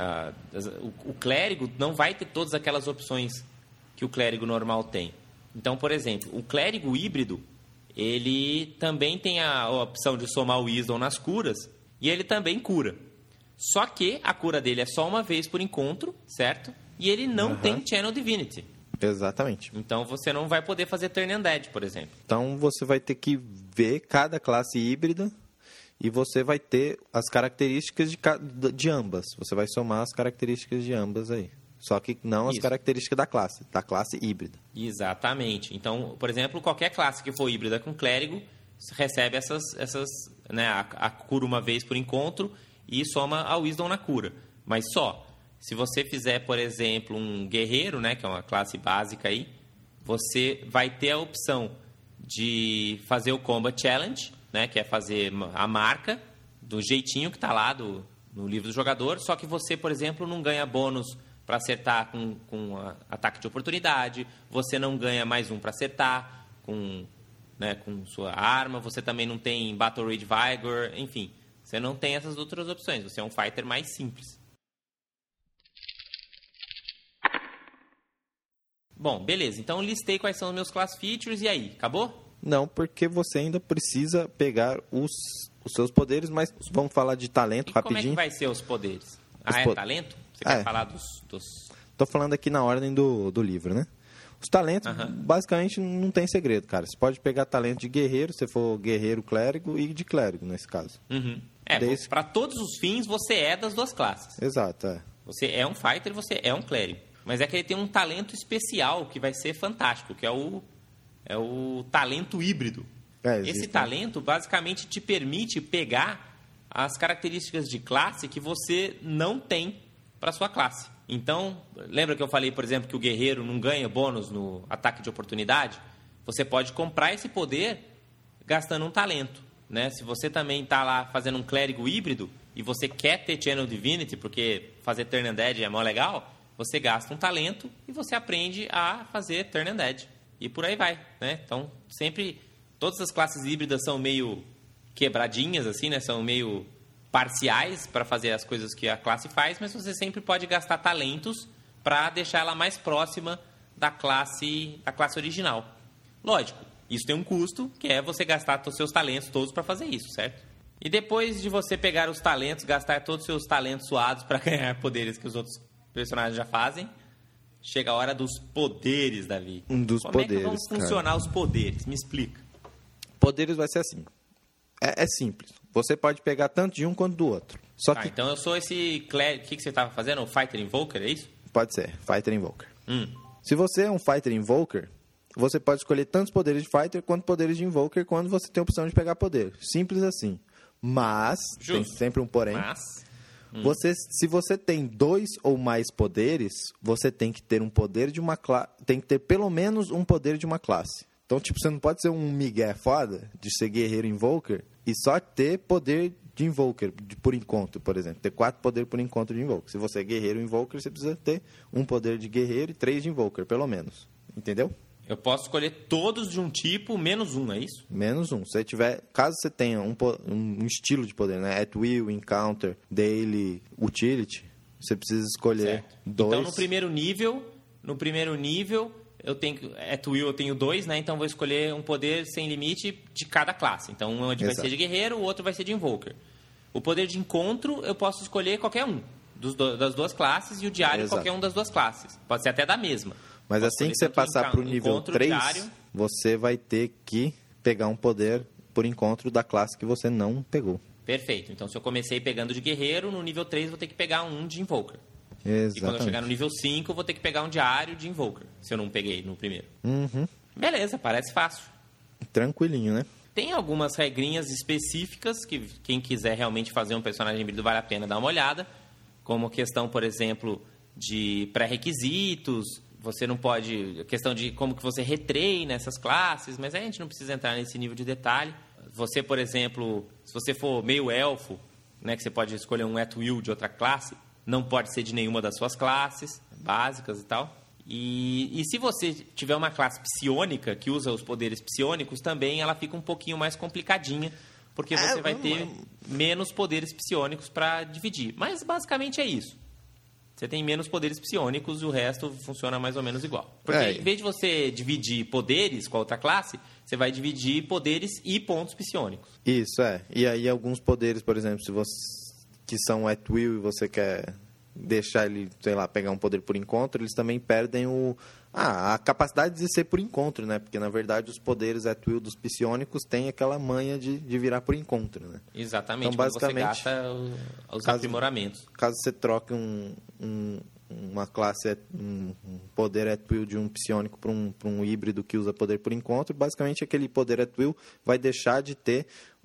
O clérigo não vai ter todas aquelas opções que o clérigo normal tem. Então, por exemplo, o clérigo híbrido, ele também tem a opção de somar o Wisdom nas curas, e ele também cura. Só que a cura dele é só uma vez por encontro, certo? E ele não tem Channel Divinity. Exatamente. Então você não vai poder fazer Turn Undead, por exemplo. Então você vai ter que ver cada classe híbrida e você vai ter as características de ambas. Você vai somar as características de ambas aí. Só que não as características da classe híbrida. Exatamente. Então, por exemplo, qualquer classe que for híbrida com clérigo recebe essas né, a cura uma vez por encontro e soma a Wisdom na cura. Mas só. Se você fizer, por exemplo, um guerreiro, né, que é uma classe básica aí, você vai ter a opção de fazer o Combat Challenge, né, que é fazer a marca do jeitinho que está lá no livro do jogador, só que você, por exemplo, não ganha bônus para acertar com ataque de oportunidade, você não ganha mais um para acertar com sua arma, você também não tem Battle Rage Vigor, enfim, você não tem essas outras opções, você é um fighter mais simples. Bom, beleza. Então, listei quais são os meus class features e aí? Acabou? Não, porque você ainda precisa pegar os seus poderes, mas vamos falar de talento rapidinho. Como é que vai ser os poderes? Talento? Você quer falar dos... Tô falando aqui na ordem do livro, né? Os talentos, basicamente, não tem segredo, cara. Você pode pegar talento de guerreiro, se for guerreiro clérigo, e de clérigo, nesse caso. Para todos os fins, você é das duas classes. Exato, Você é um fighter e você é um clérigo. Mas é que ele tem um talento especial que vai ser fantástico, que é o talento híbrido. Esse talento basicamente te permite pegar as características de classe que você não tem para sua classe. Então, lembra que eu falei, por exemplo, que o guerreiro não ganha bônus no ataque de oportunidade? Você pode comprar esse poder gastando um talento, né? Se você também está lá fazendo um clérigo híbrido e você quer ter Channel Divinity, porque fazer Turn Undead é mó legal, você gasta um talento e você aprende a fazer Turn Undead. E por aí vai, né? Então, sempre... Todas as classes híbridas são meio quebradinhas, assim, né? São meio parciais para fazer as coisas que a classe faz, mas você sempre pode gastar talentos para deixar ela mais próxima da classe original. Lógico, isso tem um custo, que é você gastar os seus talentos todos para fazer isso, certo? E depois de você pegar os talentos, gastar todos os seus talentos suados para ganhar poderes que os outros personagens já fazem, chega a hora dos poderes, Davi. Como é que vão funcionar os poderes? Me explica. Poderes vai ser assim. É simples. Você pode pegar tanto de um quanto do outro. Só que... Então eu sou esse... O que você estava fazendo? O Fighter Invoker, é isso? Pode ser. Fighter Invoker. Se você é um Fighter Invoker, você pode escolher tantos poderes de Fighter quanto poderes de Invoker quando você tem a opção de pegar poder. Simples assim. Mas, tem sempre um porém. Se você tem 2 ou mais poderes, você tem que ter um poder de uma classe. Tem que ter pelo menos um poder de uma classe. Então, tipo, você não pode ser um migué foda de ser guerreiro Invoker e só ter poder de Invoker por encontro, por exemplo. Ter 4 poderes por encontro de Invoker. Se você é guerreiro Invoker, você precisa ter um poder de guerreiro e 3 de Invoker, pelo menos. Entendeu? Eu posso escolher todos de um tipo, menos um, é isso? Menos um. Se tiver, caso você tenha um estilo de poder, né? At Will, Encounter, Daily, Utility, você precisa escolher 2. Então, no primeiro nível, eu tenho At Will, eu tenho 2, né? Então, vou escolher um poder sem limite de cada classe. Então, um vai ser de guerreiro, o outro vai ser de Invoker. O poder de encontro, eu posso escolher qualquer um das duas classes e o diário qualquer um das duas classes. Pode ser até da mesma. Mas assim que você passar para o nível 3, você vai ter que pegar um poder por encontro da classe que você não pegou. Perfeito. Então, se eu comecei pegando de guerreiro, no nível 3 vou ter que pegar um de Invoker. Exatamente. E quando eu chegar no nível 5, eu vou ter que pegar um diário de Invoker, se eu não peguei no primeiro. Beleza, parece fácil. Tranquilinho, né? Tem algumas regrinhas específicas que quem quiser realmente fazer um personagem híbrido vale a pena dar uma olhada, como questão, por exemplo, de pré-requisitos. Você não pode... questão de como que você retreina essas classes, mas a gente não precisa entrar nesse nível de detalhe. Você, por exemplo, se você for meio elfo, né, que você pode escolher um at will de outra classe, não pode ser de nenhuma das suas classes básicas e tal. E se você tiver uma classe psiônica que usa os poderes psiônicos, também ela fica um pouquinho mais complicadinha, porque você vai ter menos poderes psiônicos para dividir. Mas basicamente é isso. Você tem menos poderes psiônicos e o resto funciona mais ou menos igual. Porque em vez de você dividir poderes com a outra classe, você vai dividir poderes e pontos psiônicos. Isso, E aí alguns poderes, por exemplo, se você que são at will e você quer deixar ele, sei lá, pegar um poder por encontro, eles também perdem a capacidade de ser por encontro, né? Porque, na verdade, os poderes at will dos psionicos têm aquela manha de virar por encontro, né? Exatamente, então, basicamente, você gasta os aprimoramentos. Caso você troque uma classe, um poder at will de um psionico para um híbrido que usa poder por encontro, basicamente aquele poder at will vai deixar de ter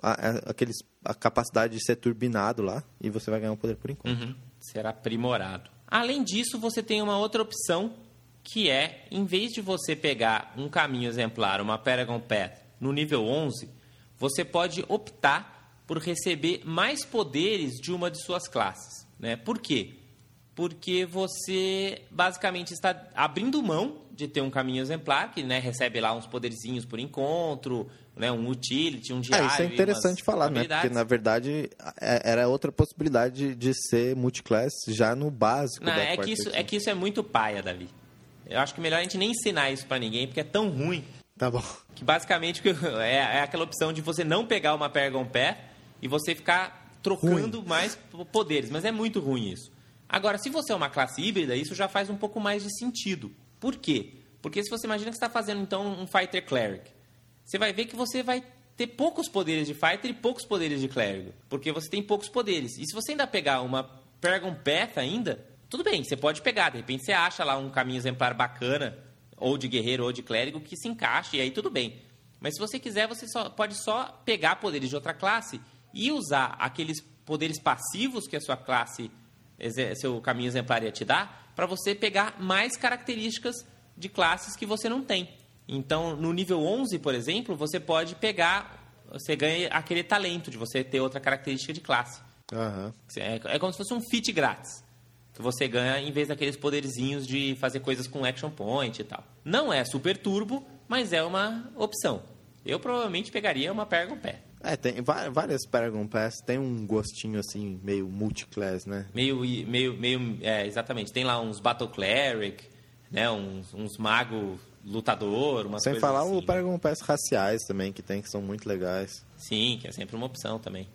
a capacidade de ser turbinado lá e você vai ganhar um poder por encontro. Será aprimorado. Além disso, você tem uma outra opção, que é, em vez de você pegar um caminho exemplar, uma Paragon Path, no nível 11, você pode optar por receber mais poderes de uma de suas classes, né? Por quê? Porque você basicamente está abrindo mão de ter um caminho exemplar, que, né, recebe lá uns poderzinhos por encontro, né, um utility, um diário. Isso é interessante falar, né? Porque, na verdade, era outra possibilidade de ser multiclass já no básico. É que isso é muito paia, Davi. Eu acho que melhor a gente nem ensinar isso pra ninguém, porque é tão ruim. Tá bom. Que basicamente é aquela opção de você não pegar uma Paragon Path e você ficar trocando mais poderes. Mas é muito ruim isso. Agora, se você é uma classe híbrida, isso já faz um pouco mais de sentido. Por quê? Porque se você imagina que você está fazendo, então, um Fighter Cleric, você vai ver que você vai ter poucos poderes de Fighter e poucos poderes de Clérigo. Porque você tem poucos poderes. E se você ainda pegar uma Paragon Path ainda, tudo bem, você pode pegar. De repente você acha lá um caminho exemplar bacana, ou de guerreiro ou de clérigo, que se encaixe, e aí tudo bem. Mas se você quiser, você pode só pegar poderes de outra classe e usar aqueles poderes passivos que a sua classe, seu caminho exemplar ia te dar, para você pegar mais características de classes que você não tem. Então, no nível 11, por exemplo, você pode pegar, você ganha aquele talento de você ter outra característica de classe. É como se fosse um feat grátis, que você ganha em vez daqueles poderzinhos de fazer coisas com action point e tal. Não é super turbo, mas é uma opção. Eu provavelmente pegaria uma Paragon Path. Tem várias Paragon Paths, tem um gostinho assim, meio multiclass, né? Exatamente. Tem lá uns Battle Cleric, né? uns mago lutador, umas coisas sem falar assim, o Paragon Paths raciais também, que são muito legais. Sim, que é sempre uma opção também.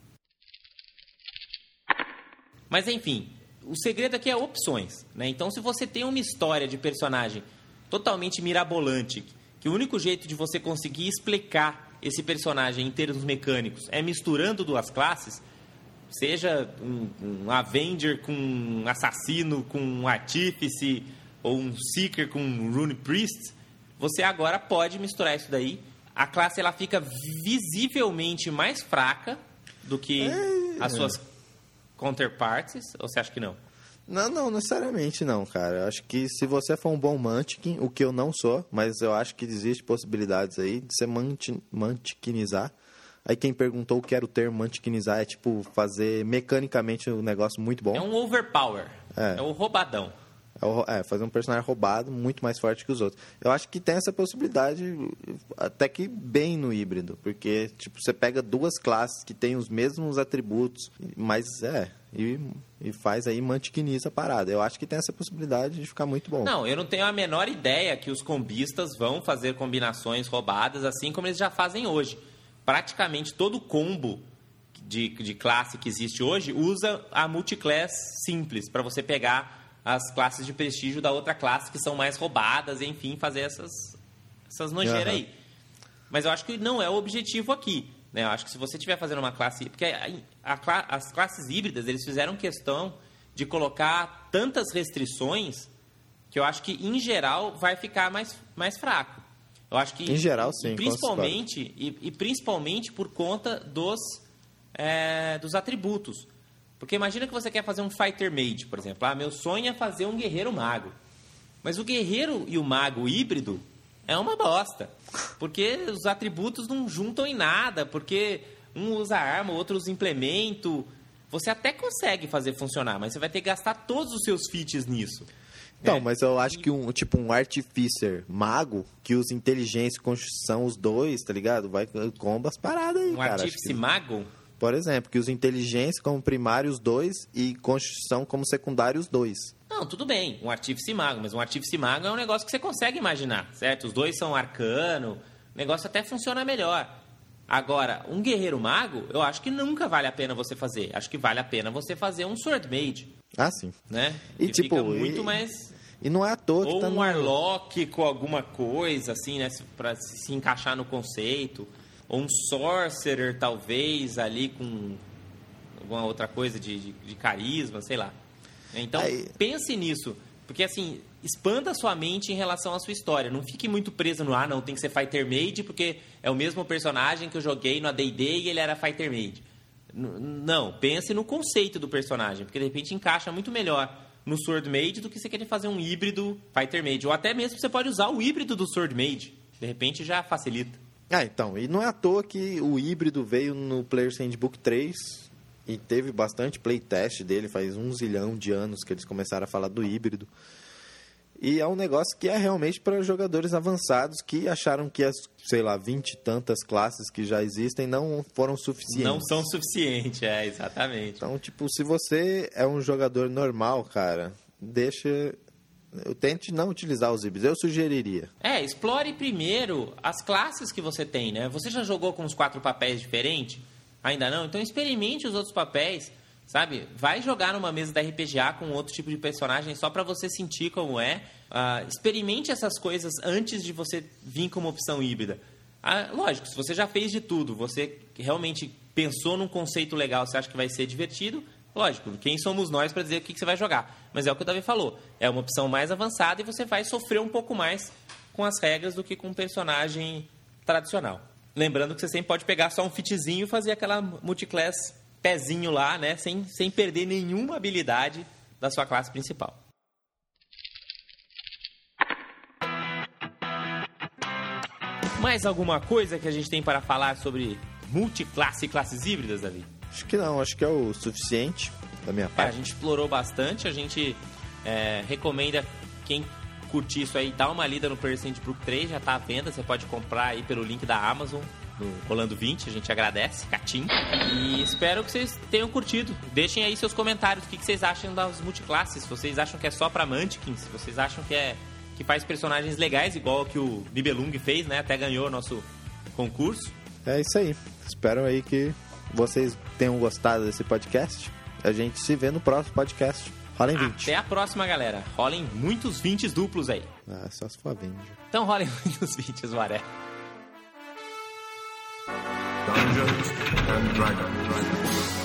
Mas enfim, o segredo aqui é opções, né? Então, se você tem uma história de personagem totalmente mirabolante, que o único jeito de você conseguir explicar esse personagem em termos mecânicos é misturando duas classes, seja um Avenger com um assassino, com um artífice, ou um Seeker com um Rune Priest, você agora pode misturar isso daí. A classe ela fica visivelmente mais fraca do que as suas counterparts, ou você acha que não? Não necessariamente não, cara. Eu acho que se você for um bom Mantiquin, o que eu não sou, mas eu acho que existe possibilidades aí de você mantiquinizar. Aí quem perguntou o que era o termo mantiquinizar é tipo fazer mecanicamente um negócio muito bom. É um overpower. É o roubadão. Fazer um personagem roubado muito mais forte que os outros. Eu acho que tem essa possibilidade até que bem no híbrido, porque tipo, você pega duas classes que têm os mesmos atributos, mas e faz aí, mantiquiniza a parada. Eu acho que tem essa possibilidade de ficar muito bom. Não, eu não tenho a menor ideia que os combistas vão fazer combinações roubadas assim como eles já fazem hoje. Praticamente todo combo de classe que existe hoje usa a multiclass simples, para você pegar as classes de prestígio da outra classe que são mais roubadas, enfim, fazer essas nojeiras aí. Mas eu acho que não é o objetivo aqui, né? Eu acho que se você estiver fazendo uma classe... Porque as classes híbridas, eles fizeram questão de colocar tantas restrições que eu acho que, em geral, vai ficar mais fraco. Eu acho que... Em geral, sim. Principalmente por conta dos atributos. Porque imagina que você quer fazer um Fighter Mage, por exemplo. Meu sonho é fazer um guerreiro mago. Mas o guerreiro e o mago híbrido é uma bosta. Porque os atributos não juntam em nada. Porque um usa arma, o outro usa implemento. Você até consegue fazer funcionar, mas você vai ter que gastar todos os seus feats nisso. Então, mas eu acho que um Artificer mago, que usa inteligência e construção, os dois, tá ligado? Vai comba as paradas aí, cara. Artífice mago? Por exemplo, que usa inteligência como primário os dois e construção como secundário os dois. Não, tudo bem, um artífice mago, mas um artífice mago é um negócio que você consegue imaginar, certo? Os dois são arcano, o negócio até funciona melhor. Agora, um guerreiro mago, eu acho que nunca vale a pena você fazer. Acho que vale a pena você fazer um Sword Mage. Ah, sim. Né? E que tipo, fica muito mais... E não é à toa que ou tá um Warlock com alguma coisa, assim, né? Pra se encaixar no conceito. Ou um Sorcerer, talvez, ali com alguma outra coisa de carisma, sei lá. Então, pense nisso. Porque, assim, expanda a sua mente em relação à sua história. Não fique muito preso no, não, tem que ser Fighter Mage, porque é o mesmo personagem que eu joguei no AD&D e ele era Fighter Mage. Não, pense no conceito do personagem, porque, de repente, encaixa muito melhor no Sword Mage do que você querer fazer um híbrido Fighter Mage. Ou até mesmo você pode usar o híbrido do Sword Mage. De repente, já facilita. Então, e não é à toa que o híbrido veio no Player's Handbook 3 e teve bastante playtest dele, faz 1 zilhão de anos que eles começaram a falar do híbrido. E é um negócio que é realmente para jogadores avançados que acharam que as, 20 e tantas classes que já existem não foram suficientes. Não são suficientes, exatamente. Então, tipo, se você é um jogador normal, cara, tente não utilizar os híbridos. Eu sugeriria. Explore primeiro as classes que você tem, né? Você já jogou com os 4 papéis diferentes? Ainda não? Então experimente os outros papéis, sabe? Vai jogar numa mesa da RPGA com outro tipo de personagem só pra você sentir como é. Experimente essas coisas antes de você vir como opção híbrida. Lógico, se você já fez de tudo, você realmente pensou num conceito legal, você acha que vai ser divertido, lógico, quem somos nós para dizer o que você vai jogar? Mas é o que o Davi falou, é uma opção mais avançada e você vai sofrer um pouco mais com as regras do que com um personagem tradicional. Lembrando que você sempre pode pegar só um fitzinho e fazer aquela multiclass pezinho lá, né? Sem perder nenhuma habilidade da sua classe principal. Mais alguma coisa que a gente tem para falar sobre multiclasse e classes híbridas, Davi? Acho que não, acho que é o suficiente da minha parte. A gente explorou bastante, a gente recomenda quem curtir isso aí, dá uma lida no Player's Handbook 3, já está à venda, você pode comprar aí pelo link da Amazon, no Rolando 20, a gente agradece, Catim. E espero que vocês tenham curtido. Deixem aí seus comentários, o que vocês acham das multiclasses, se vocês acham que é só pra Munchkins, se vocês acham que faz personagens legais, igual que o Nibelung fez, né, até ganhou o nosso concurso. É isso aí, espero aí que vocês tenham gostado desse podcast. A gente se vê no próximo podcast. Rolem 20. Até a próxima, galera. Rolem muitos 20 duplos aí. Só se for 20. Então rolem muitos 20, Waré. Dungeons and Dragons.